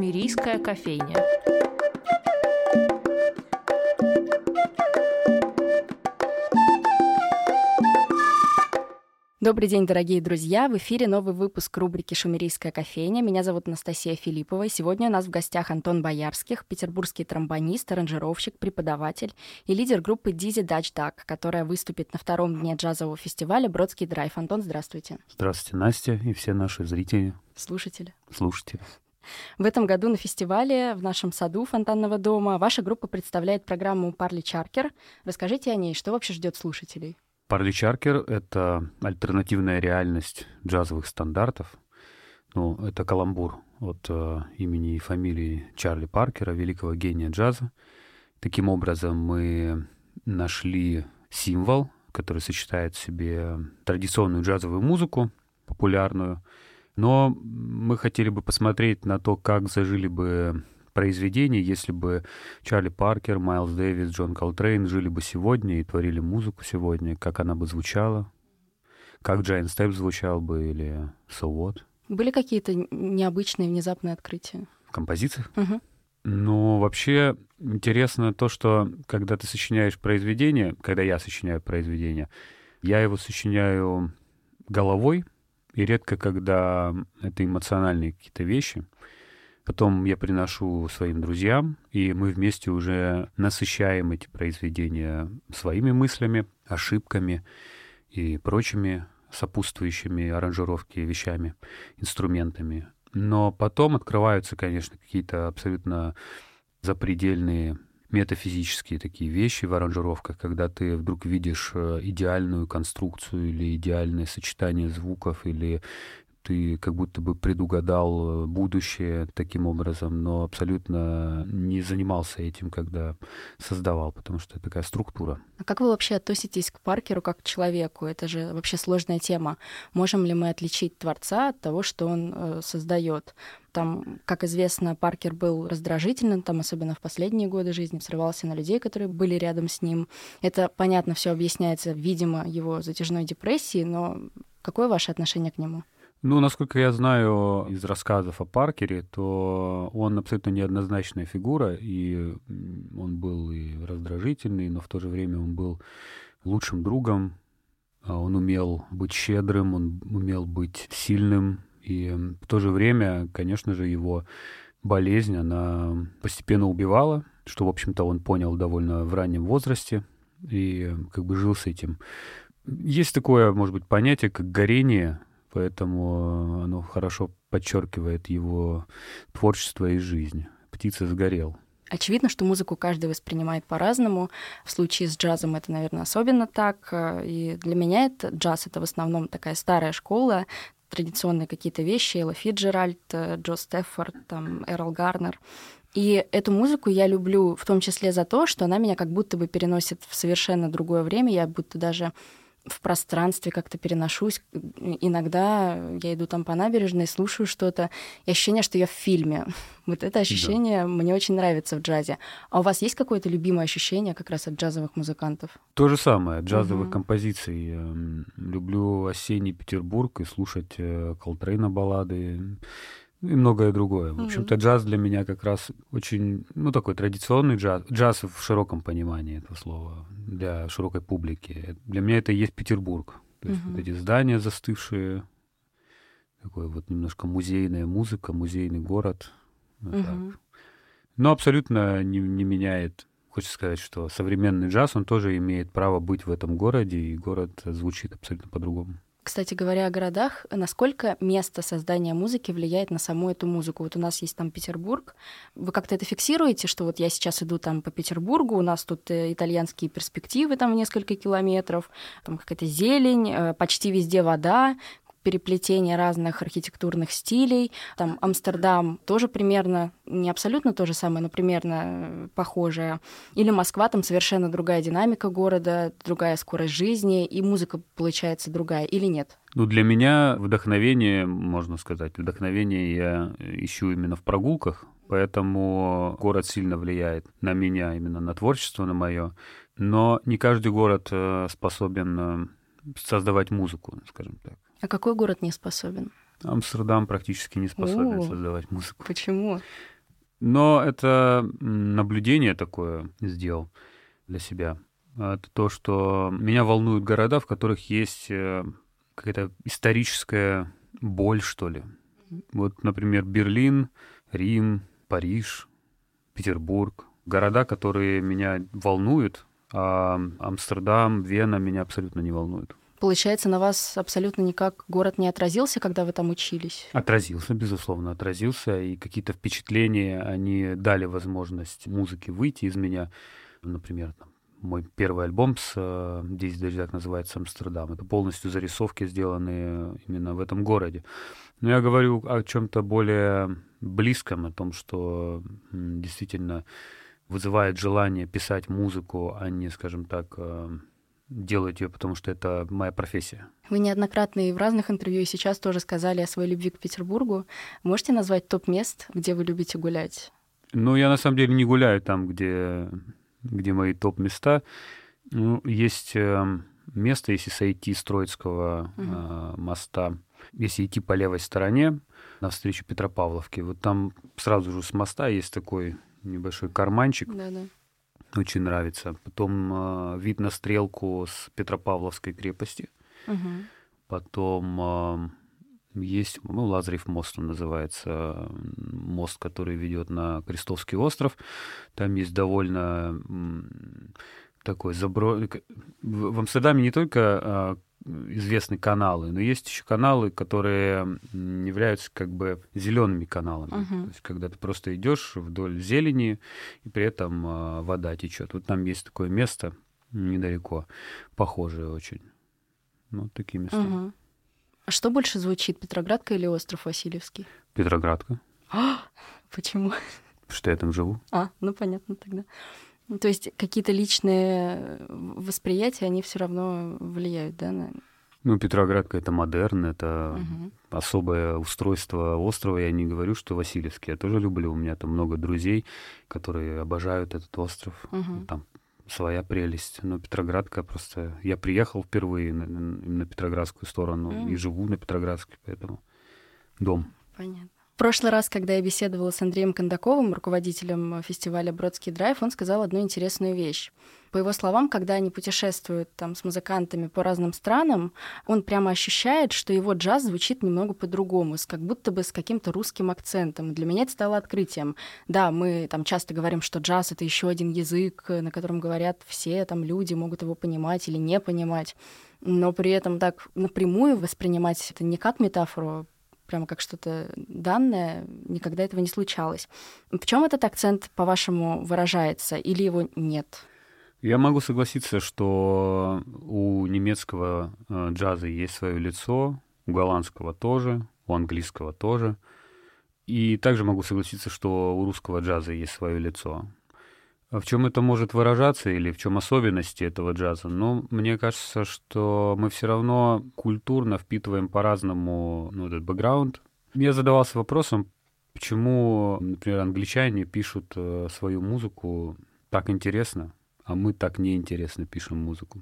Шумерийская кофейня. Добрый день, дорогие друзья! В эфире новый выпуск рубрики «Шумерийская кофейня». Меня зовут Анастасия Филиппова. И сегодня у нас в гостях Антон Боярских, петербургский тромбонист, аранжировщик, преподаватель и лидер группы Dizzy Dutch Duck, которая выступит на втором дне джазового фестиваля «Бродский драйв». Антон, здравствуйте. Здравствуйте, Настя, и все наши зрители. Слушатели. В этом году на фестивале в нашем саду Фонтанного дома ваша группа представляет программу «Парли Чаркер». Расскажите о ней, что вообще ждет слушателей? Парли Чаркер — это альтернативная реальность джазовых стандартов. Это каламбур от имени и фамилии Чарли Паркера, великого гения джаза. Таким образом, мы нашли символ, который сочетает в себе традиционную джазовую музыку, популярную, но мы хотели бы посмотреть на то, как зажили бы произведения, если бы Чарли Паркер, Майлз Дэвис, Джон Колтрейн жили бы сегодня и творили музыку сегодня, как она бы звучала, как Giant Steps звучал бы или So What. Были какие-то необычные, внезапные открытия? В композициях? Угу. Вообще интересно то, что когда ты сочиняешь произведение, когда я сочиняю произведение, я его сочиняю головой, и редко, когда это эмоциональные какие-то вещи. Потом я приношу своим друзьям, и мы вместе уже насыщаем эти произведения своими мыслями, ошибками и прочими сопутствующими аранжировке вещами, инструментами. Но потом открываются, конечно, какие-то абсолютно запредельные метафизические такие вещи в аранжировках, когда ты вдруг видишь идеальную конструкцию или идеальное сочетание звуков, или ты как будто бы предугадал будущее таким образом, но абсолютно не занимался этим, когда создавал, потому что это такая структура. А как вы вообще относитесь к Паркеру как к человеку? Это же вообще сложная тема. Можем ли мы отличить творца от того, что он создает? Там, как известно, Паркер был раздражительным, там, особенно в последние годы жизни, срывался на людей, которые были рядом с ним. Это, понятно, все объясняется, видимо, его затяжной депрессией, но какое ваше отношение к нему? Насколько я знаю из рассказов о Паркере, то он абсолютно неоднозначная фигура, и он был и раздражительный, но в то же время он был лучшим другом, он умел быть щедрым, он умел быть сильным, и в то же время, конечно же, его болезнь, она постепенно убивала, что, в общем-то, он понял довольно в раннем возрасте и как бы жил с этим. Есть такое, может быть, понятие, как горение, поэтому оно хорошо подчеркивает его творчество и жизнь. «Птица сгорел». Очевидно, что музыку каждый воспринимает по-разному. В случае с джазом это, наверное, особенно так. И для меня джаз — это в основном такая старая школа, традиционные какие-то вещи, Элла Фицджеральд, Джо Стеффорд, Эрл Гарнер. И эту музыку я люблю в том числе за то, что она меня как будто бы переносит в совершенно другое время. Я будто даже в пространстве как-то переношусь. Иногда я иду там по набережной, слушаю что-то, и ощущение, что я в фильме. Вот это ощущение мне очень нравится в джазе. А у вас есть какое-то любимое ощущение как раз от джазовых музыкантов? То же самое, джазовых композиций. Люблю осенний Петербург и слушать Колтрейна баллады и многое другое. В общем-то, джаз для меня как раз очень, такой традиционный джаз. Джаз в широком понимании этого слова, для широкой публики. Для меня это и есть Петербург. То есть вот эти здания застывшие, такой вот немножко музейная музыка, музейный город. Вот так. Но абсолютно не меняет. Хочется сказать, что современный джаз, он тоже имеет право быть в этом городе, и город звучит абсолютно по-другому. Кстати говоря о городах, насколько место создания музыки влияет на саму эту музыку? Вот у нас есть там Петербург. Вы как-то это фиксируете, что вот я сейчас иду там по Петербургу, у нас тут итальянские перспективы там в несколько километров, там какая-то зелень, почти везде вода, переплетение разных архитектурных стилей. Там Амстердам тоже примерно, не абсолютно то же самое, но примерно похожее. Или Москва, там совершенно другая динамика города, другая скорость жизни, и музыка получается другая, или нет? Для меня вдохновение, можно сказать, вдохновение я ищу именно в прогулках, поэтому город сильно влияет на меня, именно на творчество, на мое. Но не каждый город способен создавать музыку, скажем так. А какой город не способен? Амстердам практически не способен создавать музыку. Почему? Но это наблюдение такое сделал для себя. Это то, что меня волнуют города, в которых есть какая-то историческая боль, что ли. Вот, например, Берлин, Рим, Париж, Петербург. Города, которые меня волнуют, а Амстердам, Вена меня абсолютно не волнуют. Получается, на вас абсолютно никак город не отразился, когда вы там учились? Отразился, безусловно, отразился. И какие-то впечатления, они дали возможность музыке выйти из меня. Например, там, мой первый альбом с «10 дождях» называется «Амстердам». Это полностью зарисовки, сделанные именно в этом городе. Но я говорю о чем-то более близком, о том, что действительно вызывает желание писать музыку, а не, скажем так, делать ее, потому что это моя профессия. Вы неоднократно и в разных интервью и сейчас тоже сказали о своей любви к Петербургу. Можете назвать топ мест, где вы любите гулять? Ну, я на самом деле не гуляю там, где мои топ-места. Ну, есть место, если сойти с Троицкого моста, если идти по левой стороне, навстречу Петропавловке, вот там сразу же с моста есть такой небольшой карманчик. Да-да. Очень нравится. Потом вид на Стрелку с Петропавловской крепости. Потом есть, Лазарев мост он называется, мост, который ведет на Крестовский остров. Там есть довольно такой В Амстердаме не только известны каналы, но есть еще каналы, которые являются как бы зелеными каналами. То есть, когда ты просто идешь вдоль зелени, и при этом вода течет. Вот там есть такое место недалеко, похожее очень. Ну, такие места. А что больше звучит, Петроградка или остров Васильевский? Петроградка. Почему? Потому что я там живу. Ну понятно тогда. То есть какие-то личные восприятия, они все равно влияют, да? Ну, Петроградка — это модерн, это особое устройство острова. Я не говорю, что Васильевский. Я тоже люблю. У меня там много друзей, которые обожают этот остров. Там своя прелесть. Но Петроградка просто... Я приехал впервые на Петроградскую сторону и живу на Петроградской, поэтому дом. Понятно. В прошлый раз, когда я беседовала с Андреем Кондаковым, руководителем фестиваля «Бродский драйв», он сказал одну интересную вещь. По его словам, когда они путешествуют там с музыкантами по разным странам, он прямо ощущает, что его джаз звучит немного по-другому, как будто бы с каким-то русским акцентом. Для меня это стало открытием. Да, мы там часто говорим, что джаз — это еще один язык, на котором говорят все там люди, могут его понимать или не понимать, но при этом так напрямую воспринимать это не как метафору, прямо как что-то данное, никогда этого не случалось. В чем этот акцент, по-вашему, выражается, или его нет? Я могу согласиться, что у немецкого джаза есть свое лицо, у голландского тоже, у английского тоже. И также могу согласиться, что у русского джаза есть свое лицо. В чем это может выражаться или в чем особенности этого джаза? Ну, мне кажется, что мы все равно культурно впитываем по-разному этот бэкграунд. Я задавался вопросом, почему, например, англичане пишут свою музыку так интересно, а мы так неинтересно пишем музыку.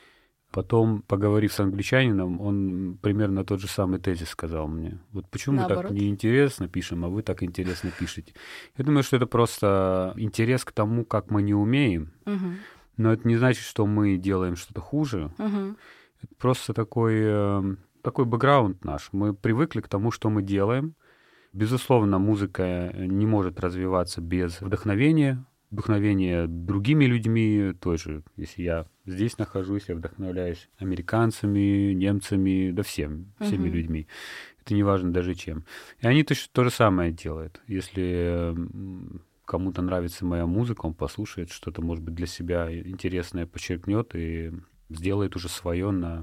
Потом, поговорив с англичанином, он примерно тот же самый тезис сказал мне. Вот почему мы так неинтересно пишем, а вы так интересно пишете. Я думаю, что это просто интерес к тому, как мы не умеем. Но это не значит, что мы делаем что-то хуже. Это просто такой бэкграунд наш. Мы привыкли к тому, что мы делаем. Безусловно, музыка не может развиваться без вдохновения. Вдохновение другими людьми тоже. Если я здесь нахожусь, я вдохновляюсь американцами, немцами, да всеми людьми. Это не важно даже чем. И они то же самое делают. Если кому-то нравится моя музыка, он послушает что-то, может быть, для себя интересное, подчеркнет и сделает уже свое на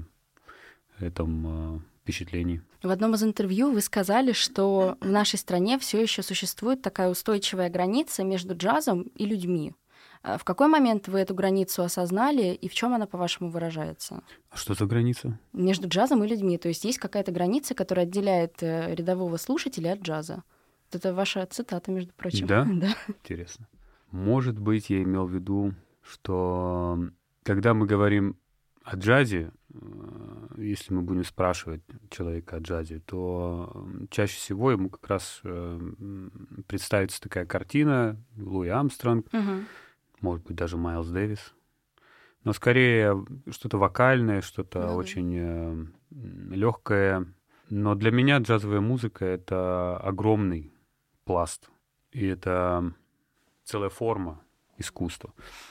этом впечатлений. В одном из интервью вы сказали, что в нашей стране все еще существует такая устойчивая граница между джазом и людьми. В какой момент вы эту границу осознали и в чем она, по-вашему, выражается? А что за граница? Между джазом и людьми. То есть есть какая-то граница, которая отделяет рядового слушателя от джаза. Это ваша цитата, между прочим. Да? Да. Интересно. Может быть, я имел в виду, что когда мы говорим о джазе, если мы будем спрашивать человека о джазе, то чаще всего ему как раз представится такая картина: Луи Армстронг, может быть, даже Майлз Дэвис. Но скорее что-то вокальное, что-то очень легкое. Но для меня джазовая музыка — это огромный пласт. И это целая форма искусства.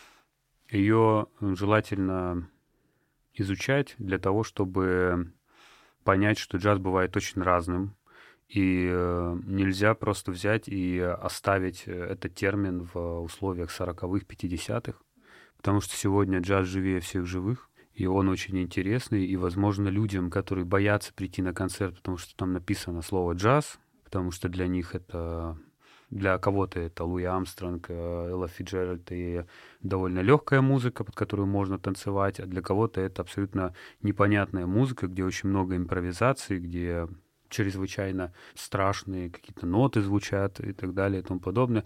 Ее желательно изучать для того, чтобы понять, что джаз бывает очень разным. И нельзя просто взять и оставить этот термин в условиях 40-х, 50-х. Потому что сегодня джаз живее всех живых, и он очень интересный. И, возможно, людям, которые боятся прийти на концерт, потому что там написано слово «джаз», потому что для них это... Для кого-то это Луи Армстронг, Элла Фицджеральд и довольно легкая музыка, под которую можно танцевать, а для кого-то это абсолютно непонятная музыка, где очень много импровизации, где чрезвычайно страшные какие-то ноты звучат и так далее и тому подобное.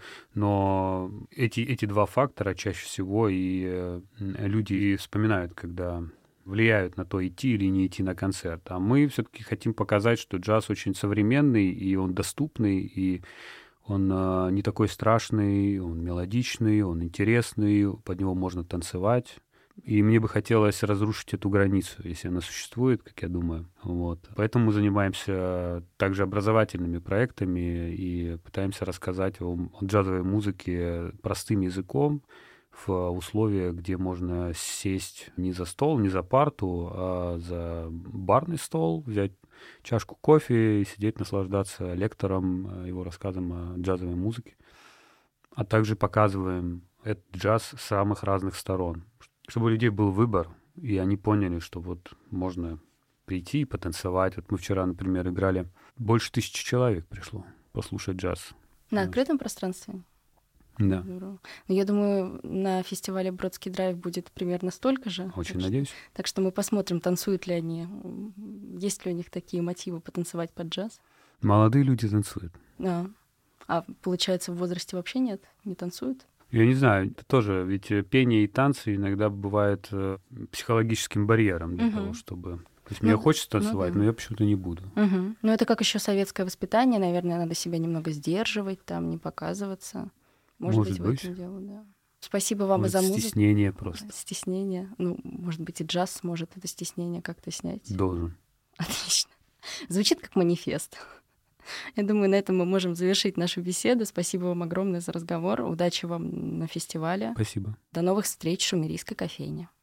Но эти два фактора чаще всего и люди и вспоминают, когда влияют на то, идти или не идти на концерт. А мы все-таки хотим показать, что джаз очень современный, и он доступный, и он не такой страшный, он мелодичный, он интересный, под него можно танцевать. И мне бы хотелось разрушить эту границу, если она существует, как я думаю. Вот. Поэтому мы занимаемся также образовательными проектами и пытаемся рассказать о джазовой музыке простым языком в условиях, где можно сесть не за стол, не за парту, а за барный стол, взять чашку кофе и сидеть, наслаждаться лектором, его рассказом о джазовой музыке. А также показываем этот джаз с самых разных сторон, чтобы у людей был выбор, и они поняли, что вот можно прийти и потанцевать. Вот мы вчера, например, играли, больше 1000 человек пришло послушать джаз. На открытом пространстве? Да. Ну, я думаю, на фестивале «Бродский драйв» будет примерно столько же. Очень надеюсь. Так что мы посмотрим, танцуют ли они, есть ли у них такие мотивы потанцевать под джаз. Молодые люди танцуют. Да. А получается, в возрасте вообще нет? Не танцуют? Я не знаю, это тоже, ведь пение и танцы иногда бывают психологическим барьером для того, чтобы... То есть мне хочется танцевать, но я почему-то не буду. Ну это как еще советское воспитание, наверное, надо себя немного сдерживать, там, не показываться. Может быть, в этом дело, да. Спасибо вам и за музыку. Стеснение просто. Стеснение. Ну, может быть, и джаз сможет это стеснение как-то снять. Должен. Отлично. Звучит как манифест. Я думаю, на этом мы можем завершить нашу беседу. Спасибо вам огромное за разговор. Удачи вам на фестивале. Спасибо. До новых встреч в Шумерийской кофейне.